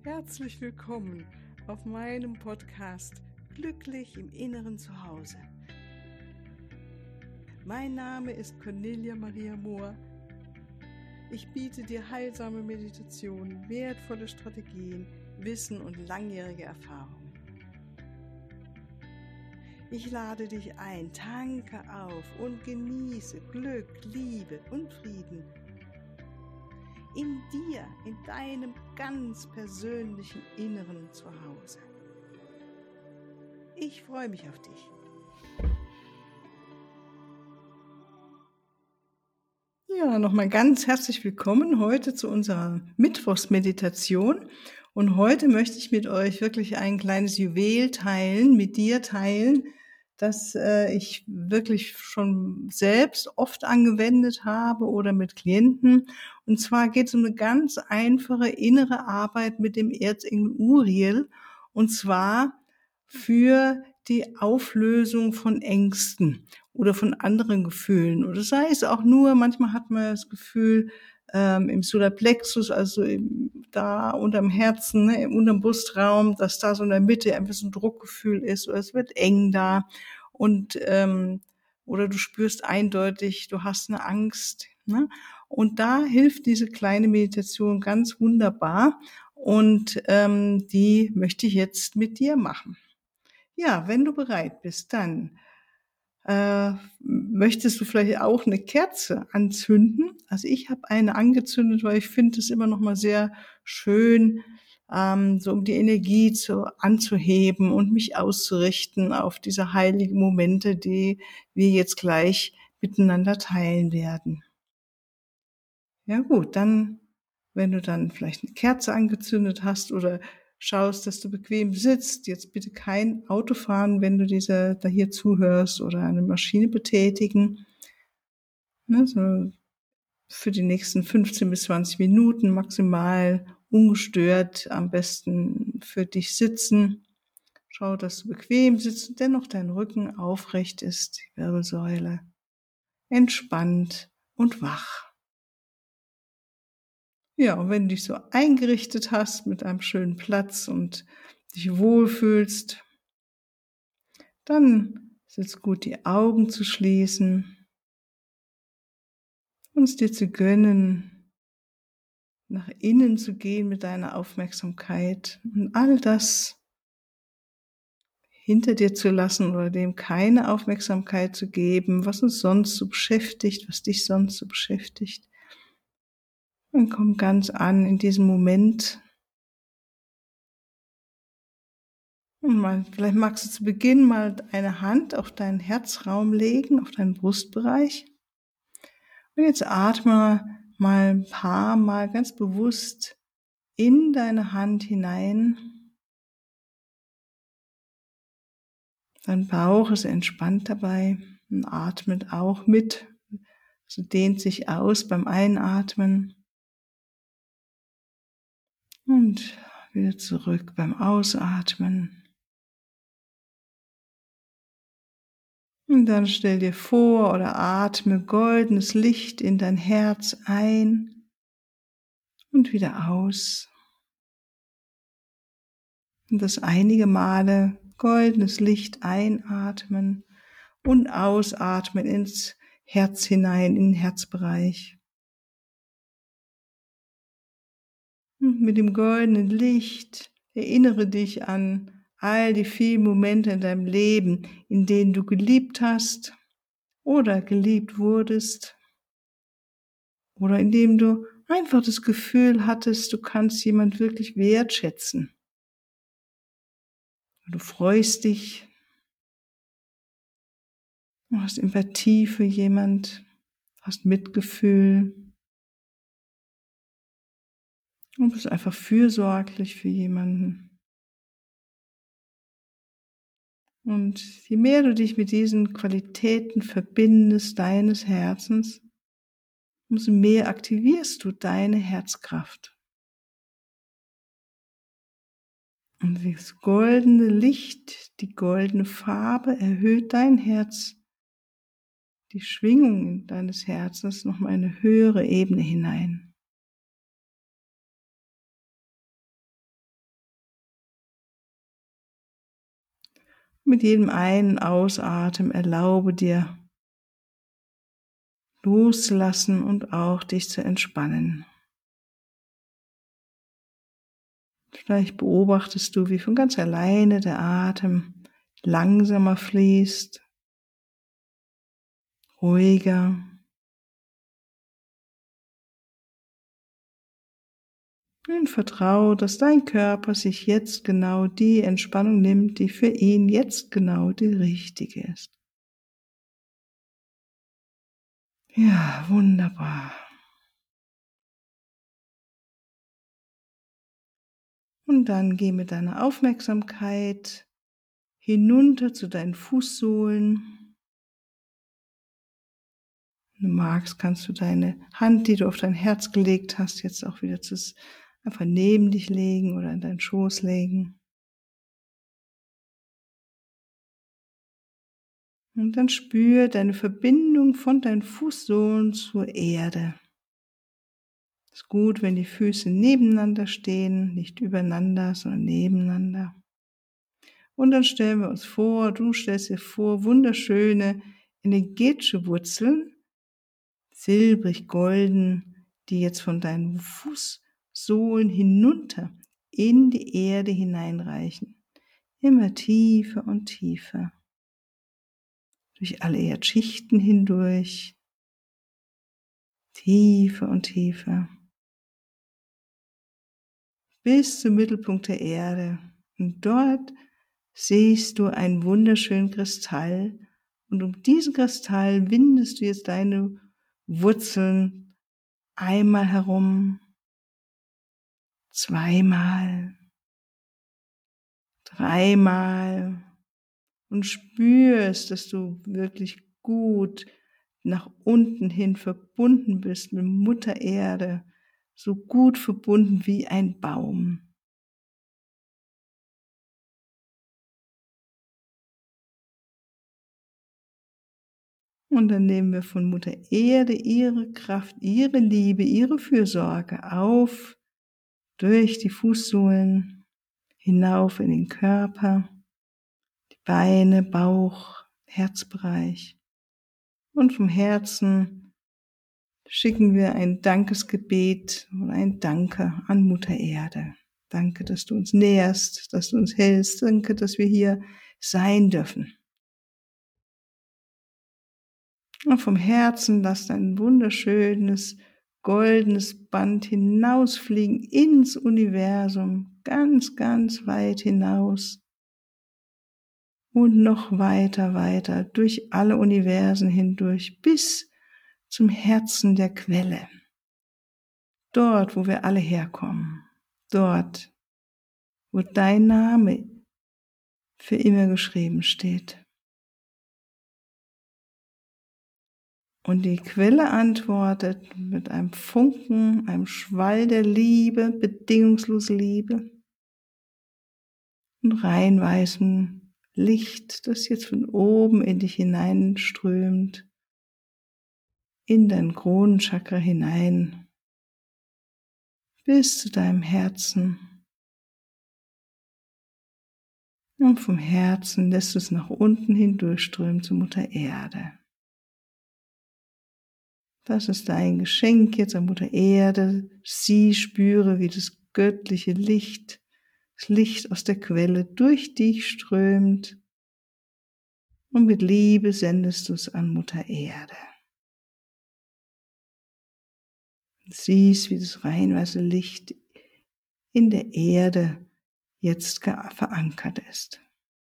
Herzlich willkommen auf meinem Podcast Glücklich im Inneren Zuhause. Mein Name ist Cornelia Maria Mohr. Ich biete dir heilsame Meditationen, wertvolle Strategien, Wissen und langjährige Erfahrung. Ich lade dich ein, tanke auf und genieße Glück, Liebe und Frieden. In dir, in deinem ganz persönlichen Inneren Zuhause. Ich freue mich auf dich. Ja, nochmal ganz herzlich willkommen heute zu unserer Mittwochsmeditation. Und heute möchte ich mit euch wirklich ein kleines Juwel teilen, mit dir teilen, das ich wirklich schon selbst oft angewendet habe oder mit Klienten. Und zwar geht es um eine ganz einfache innere Arbeit mit dem Erzengel Uriel. Und zwar für die Auflösung von Ängsten oder von anderen Gefühlen. Oder sei es auch nur, manchmal hat man das Gefühl, im Solarplexus, also da unterm Herzen, ne, unterm Brustraum, dass da so in der Mitte einfach so ein Druckgefühl ist oder es wird eng da und oder du spürst eindeutig, du hast eine Angst. Ne? Und da hilft diese kleine Meditation ganz wunderbar und die möchte ich jetzt mit dir machen. Ja, wenn du bereit bist, dann möchtest du vielleicht auch eine Kerze anzünden? Also ich habe eine angezündet, weil ich finde es immer noch mal sehr schön, so um die Energie anzuheben und mich auszurichten auf diese heiligen Momente, die wir jetzt gleich miteinander teilen werden. Ja gut, dann, wenn du dann vielleicht eine Kerze angezündet hast oder schaust, dass du bequem sitzt, jetzt bitte kein Auto fahren, wenn du da hier zuhörst oder eine Maschine betätigen, ne, so für die nächsten 15 bis 20 Minuten maximal ungestört, am besten für dich sitzen. Schau, dass du bequem sitzt und dennoch dein Rücken aufrecht ist, die Wirbelsäule entspannt und wach. Ja, und wenn du dich so eingerichtet hast mit einem schönen Platz und dich wohlfühlst, dann ist es gut, die Augen zu schließen und es dir zu gönnen, nach innen zu gehen mit deiner Aufmerksamkeit und all das hinter dir zu lassen oder dem keine Aufmerksamkeit zu geben, was uns sonst so beschäftigt, was dich sonst so beschäftigt. Und komm ganz an in diesem Moment. Und vielleicht magst du zu Beginn mal eine Hand auf deinen Herzraum legen, auf deinen Brustbereich. Und jetzt atme mal ein paar Mal ganz bewusst in deine Hand hinein. Dein Bauch ist entspannt dabei und atmet auch mit. Also dehnt sich aus beim Einatmen und wieder zurück beim Ausatmen. Und dann stell dir vor oder atme goldenes Licht in dein Herz ein und wieder aus. Und das einige Male goldenes Licht einatmen und ausatmen ins Herz hinein, in den Herzbereich. Und mit dem goldenen Licht erinnere dich an all die vielen Momente in deinem Leben, in denen du geliebt hast oder geliebt wurdest oder in dem du einfach das Gefühl hattest, du kannst jemand wirklich wertschätzen. Du freust dich, du hast Empathie für jemand, hast Mitgefühl und bist einfach fürsorglich für jemanden. Und je mehr du dich mit diesen Qualitäten verbindest deines Herzens, umso mehr aktivierst du deine Herzkraft. Und das goldene Licht, die goldene Farbe erhöht dein Herz, die Schwingung deines Herzens nochmal eine höhere Ebene hinein. Mit jedem Ein- und Ausatmen erlaube dir loszulassen und auch dich zu entspannen. Vielleicht beobachtest du, wie von ganz alleine der Atem langsamer fließt, ruhiger. Und vertraue, dass dein Körper sich jetzt genau die Entspannung nimmt, die für ihn jetzt genau die richtige ist. Ja, wunderbar. Und dann geh mit deiner Aufmerksamkeit hinunter zu deinen Fußsohlen. Wenn du magst, kannst du deine Hand, die du auf dein Herz gelegt hast, jetzt auch wieder einfach neben dich legen oder in deinen Schoß legen. Und dann spür deine Verbindung von deinen Fußsohlen zur Erde. Es ist gut, wenn die Füße nebeneinander stehen, nicht übereinander, sondern nebeneinander. Und dann stellen wir uns vor, du stellst dir vor, wunderschöne energetische Wurzeln, silbrig golden, die jetzt von deinen Fußsohlen hinunter in die Erde hineinreichen. Immer tiefer und tiefer. Durch alle Erdschichten hindurch. Tiefer und tiefer. Bis zum Mittelpunkt der Erde. Und dort siehst du einen wunderschönen Kristall. Und um diesen Kristall windest du jetzt deine Wurzeln einmal herum, zweimal, dreimal und spürst, dass du wirklich gut nach unten hin verbunden bist mit Mutter Erde, so gut verbunden wie ein Baum. Und dann nehmen wir von Mutter Erde ihre Kraft, ihre Liebe, ihre Fürsorge auf, durch die Fußsohlen, hinauf in den Körper, die Beine, Bauch, Herzbereich. Und vom Herzen schicken wir ein Dankesgebet und ein Danke an Mutter Erde. Danke, dass du uns nährst, dass du uns hältst. Danke, dass wir hier sein dürfen. Und vom Herzen lass ein wunderschönes, goldenes Band hinausfliegen ins Universum, ganz, ganz weit hinaus. Und noch weiter, weiter, durch alle Universen hindurch, bis zum Herzen der Quelle. Dort, wo wir alle herkommen. Dort, wo dein Name für immer geschrieben steht. Und die Quelle antwortet mit einem Funken, einem Schwall der Liebe, bedingungslose Liebe und rein weißem Licht, das jetzt von oben in dich hineinströmt, in dein Kronenchakra hinein, bis zu deinem Herzen. Und vom Herzen lässt du es nach unten hindurchströmen zur Mutter Erde. Das ist dein Geschenk jetzt an Mutter Erde. Sie spüre, wie das göttliche Licht, das Licht aus der Quelle durch dich strömt. Und mit Liebe sendest du es an Mutter Erde. Und siehst, wie das rein weiße Licht in der Erde jetzt verankert ist.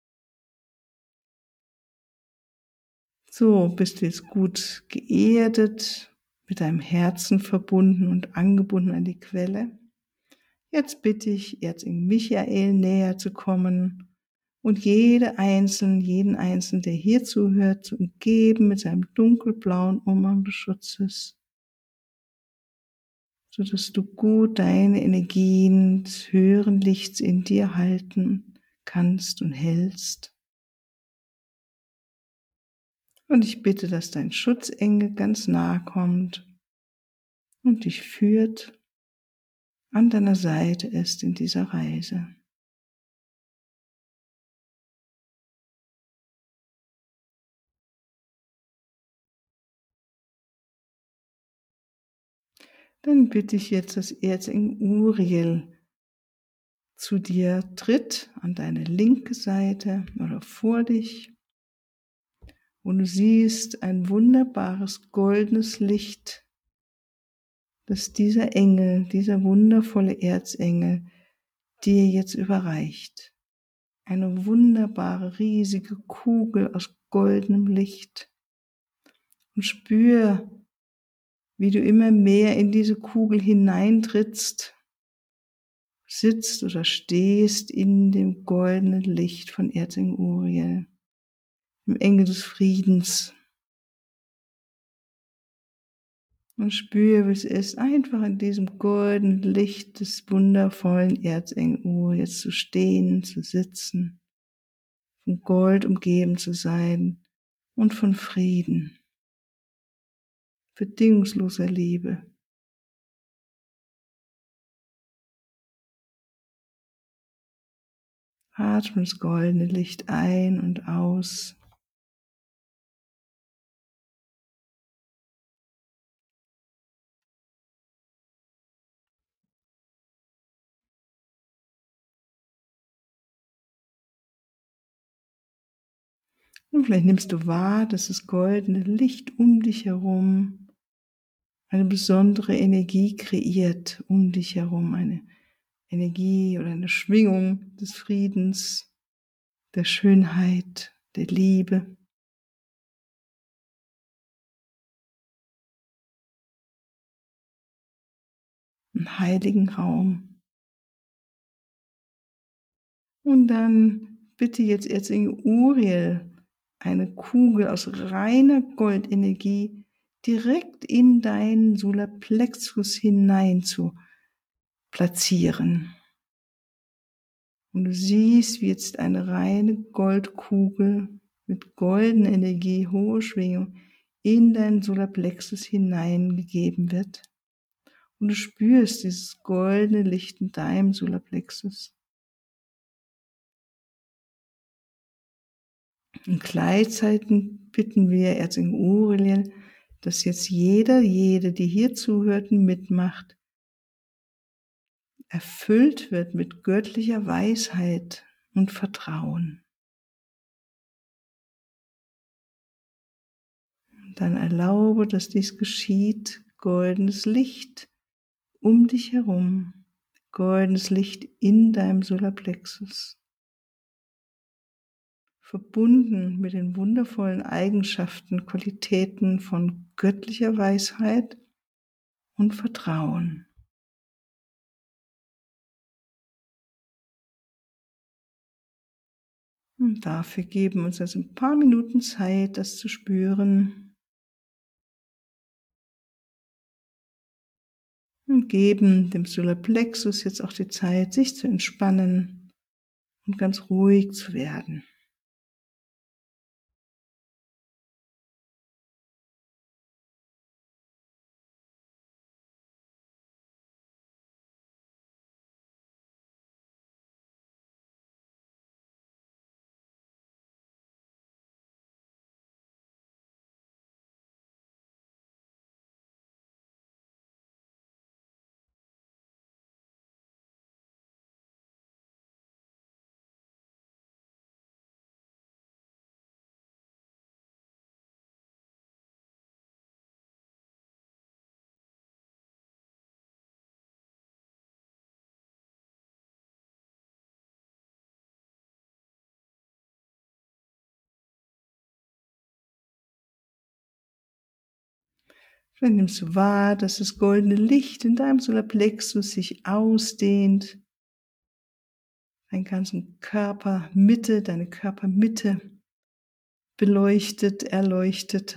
So bist du jetzt gut geerdet, mit deinem Herzen verbunden und angebunden an die Quelle. Jetzt bitte ich Erzengel Michael näher zu kommen und jeden Einzelnen, der hier zuhört, zu umgeben mit seinem dunkelblauen Umhang des Schutzes, sodass du gut deine Energien des höheren Lichts in dir halten kannst und hältst. Und ich bitte, dass dein Schutzengel ganz nahe kommt und dich führt, an deiner Seite ist in dieser Reise. Dann bitte ich jetzt, dass Erzengel Uriel zu dir tritt, an deine linke Seite oder vor dich. Und du siehst ein wunderbares goldenes Licht, das dieser Engel, dieser wundervolle Erzengel dir jetzt überreicht. Eine wunderbare, riesige Kugel aus goldenem Licht. Und spür, wie du immer mehr in diese Kugel hineintrittst, sitzt oder stehst in dem goldenen Licht von Erzengel Uriel, dem Engel des Friedens. Und spür, wie es ist, einfach in diesem goldenen Licht des wundervollen Erzengel Uriels zu stehen, zu sitzen, von Gold umgeben zu sein und von Frieden, bedingungsloser Liebe. Atme das goldene Licht ein und aus. Und vielleicht nimmst du wahr, dass das goldene Licht um dich herum eine besondere Energie kreiert, um dich herum eine Energie oder eine Schwingung des Friedens, der Schönheit, der Liebe. Einen heiligen Raum. Und dann bitte jetzt Erzengel Uriel eine Kugel aus reiner Goldenergie direkt in deinen Solarplexus hinein zu platzieren. Und du siehst, wie jetzt eine reine Goldkugel mit goldener Energie, hohe Schwingung, in deinen Solarplexus hineingegeben wird. Und du spürst dieses goldene Licht in deinem Solarplexus. Und gleichzeitig bitten wir Erzengel Uriel, dass jetzt jede, die hier zuhört und mitmacht, erfüllt wird mit göttlicher Weisheit und Vertrauen. Und dann erlaube, dass dies geschieht, goldenes Licht um dich herum, goldenes Licht in deinem Solarplexus, verbunden mit den wundervollen Eigenschaften, Qualitäten von göttlicher Weisheit und Vertrauen. Und dafür geben wir uns jetzt ein paar Minuten Zeit, das zu spüren. Und geben dem Solarplexus jetzt auch die Zeit, sich zu entspannen und ganz ruhig zu werden. Dann nimmst du wahr, dass das goldene Licht in deinem Solarplexus sich ausdehnt, deinen ganzen Körpermitte, deine Körpermitte beleuchtet, erleuchtet.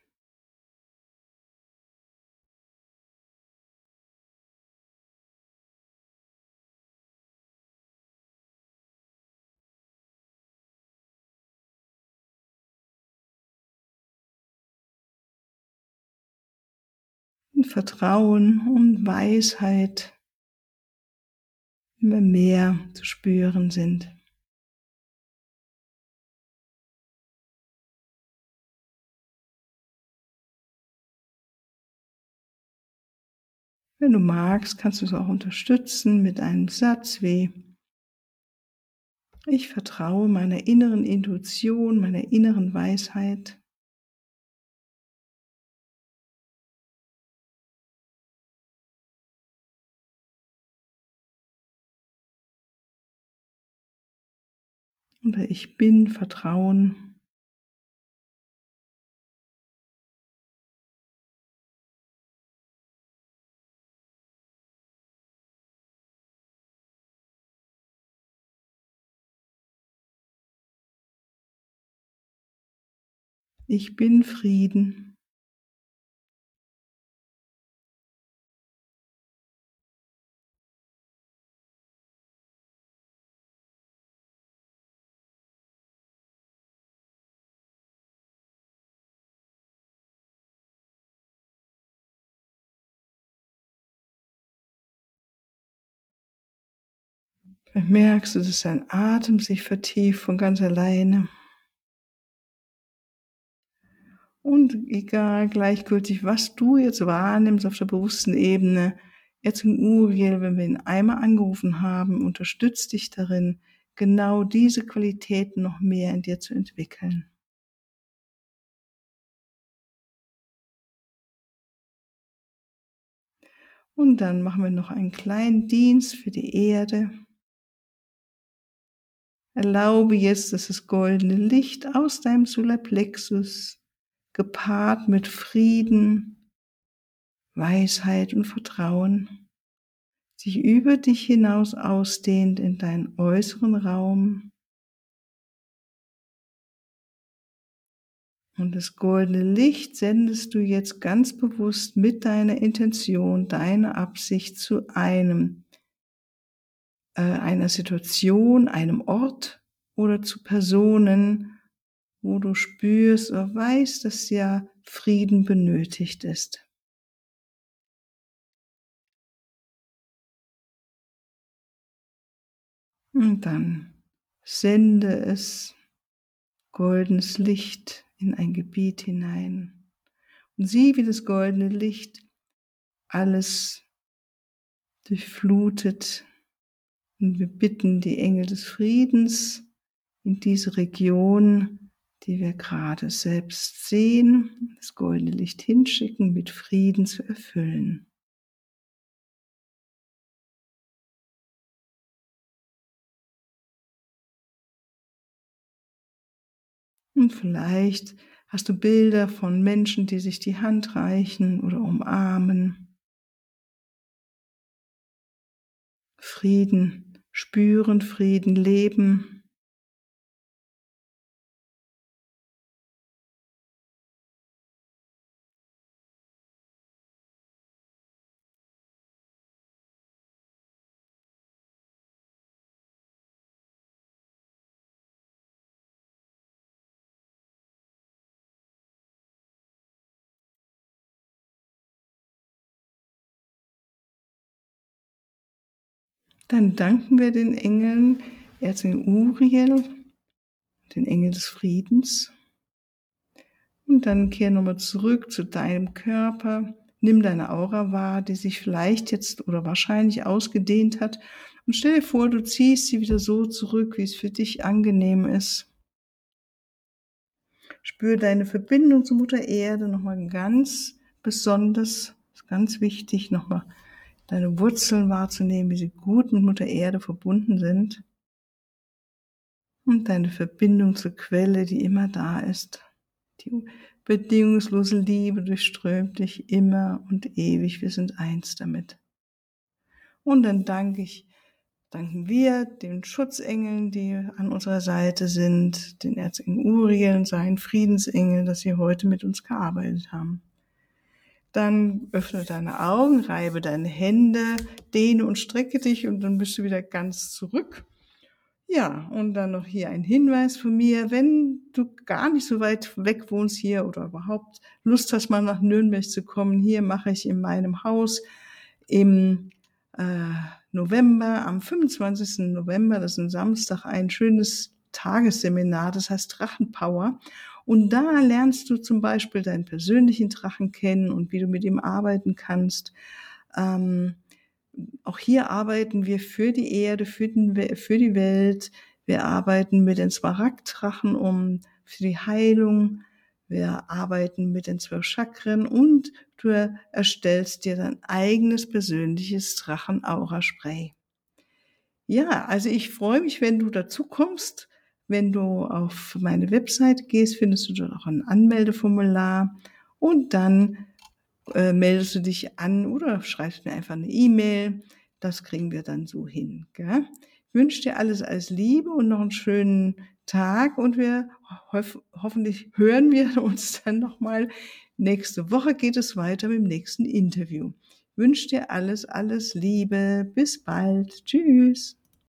Und Vertrauen und Weisheit immer mehr zu spüren sind. Wenn du magst, kannst du es auch unterstützen mit einem Satz wie: Ich vertraue meiner inneren Intuition, meiner inneren Weisheit. Oder ich bin Vertrauen. Ich bin Frieden. Vielleicht merkst du, dass dein Atem sich vertieft von ganz alleine. Und egal, gleichgültig, was du jetzt wahrnimmst auf der bewussten Ebene, Erzengel Uriel, wenn wir ihn einmal angerufen haben, unterstützt dich darin, genau diese Qualitäten noch mehr in dir zu entwickeln. Und dann machen wir noch einen kleinen Dienst für die Erde. Erlaube jetzt, dass das goldene Licht aus deinem Solarplexus, gepaart mit Frieden, Weisheit und Vertrauen, sich über dich hinaus ausdehnt in deinen äußeren Raum. Und das goldene Licht sendest du jetzt ganz bewusst mit deiner Intention, deiner Absicht zu einer Situation, einem Ort oder zu Personen, wo du spürst oder weißt, dass ja Frieden benötigt ist. Und dann sende es goldenes Licht in ein Gebiet hinein. Und sieh, wie das goldene Licht alles durchflutet. Und wir bitten die Engel des Friedens in diese Region, die wir gerade selbst sehen, das goldene Licht hinschicken, mit Frieden zu erfüllen. Und vielleicht hast du Bilder von Menschen, die sich die Hand reichen oder umarmen. Frieden spüren, Frieden leben. Dann danken wir den Engeln, Erzengel Uriel, den Engel des Friedens. Und dann kehr nochmal zurück zu deinem Körper. Nimm deine Aura wahr, die sich vielleicht jetzt oder wahrscheinlich ausgedehnt hat. Und stell dir vor, du ziehst sie wieder so zurück, wie es für dich angenehm ist. Spür deine Verbindung zur Mutter Erde nochmal ganz besonders. Das ist ganz wichtig, nochmal deine Wurzeln wahrzunehmen, wie sie gut mit Mutter Erde verbunden sind. Und deine Verbindung zur Quelle, die immer da ist. Die bedingungslose Liebe durchströmt dich immer und ewig. Wir sind eins damit. Und dann danken wir den Schutzengeln, die an unserer Seite sind, den Erzengel Uriel und seinen Friedensengeln, dass sie heute mit uns gearbeitet haben. Dann öffne deine Augen, reibe deine Hände, dehne und strecke dich und dann bist du wieder ganz zurück. Ja, und dann noch hier ein Hinweis von mir, wenn du gar nicht so weit weg wohnst hier oder überhaupt Lust hast, mal nach Nürnberg zu kommen, hier mache ich in meinem Haus im November, am 25. November, das ist ein Samstag, ein schönes Tagesseminar, das heißt Drachenpower. Und da lernst du zum Beispiel deinen persönlichen Drachen kennen und wie du mit ihm arbeiten kannst. Ähm, Auch hier arbeiten wir für die Erde, für die Welt. Wir arbeiten mit den Smaragddrachen für die Heilung. Wir arbeiten mit den 12 Chakren und du erstellst dir dein eigenes persönliches Drachen-Aura-Spray. Ja, also ich freue mich, wenn du dazu kommst. Wenn du auf meine Website gehst, findest du dort auch ein Anmeldeformular und dann meldest du dich an oder schreibst mir einfach eine E-Mail. Das kriegen wir dann so hin. Gell? Ich wünsche dir alles Liebe und noch einen schönen Tag und wir hoffentlich hören wir uns dann nochmal. Nächste Woche geht es weiter mit dem nächsten Interview. Ich wünsche dir alles Liebe. Bis bald. Tschüss.